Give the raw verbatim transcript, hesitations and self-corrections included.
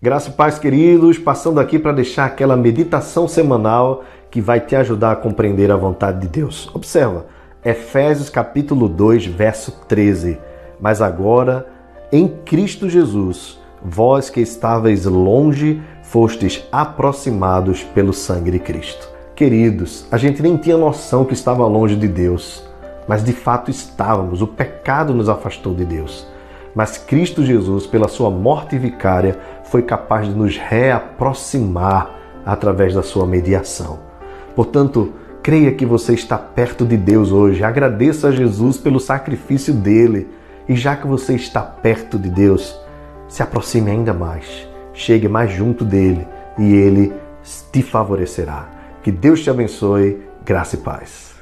Graça e paz, queridos, passando aqui para deixar aquela meditação semanal que vai te ajudar a compreender a vontade de Deus. Observa, Efésios capítulo dois, verso treze. Mas agora, em Cristo Jesus, vós que estáveis longe, fostes aproximados pelo sangue de Cristo. Queridos, a gente nem tinha noção que estava longe de Deus, mas de fato estávamos. O pecado nos afastou de Deus. Mas Cristo Jesus, pela sua morte vicária, foi capaz de nos reaproximar através da sua mediação. Portanto, creia que você está perto de Deus hoje. Agradeça a Jesus pelo sacrifício dele. E já que você está perto de Deus, se aproxime ainda mais. Chegue mais junto dele e ele te favorecerá. Que Deus te abençoe. Graça e paz.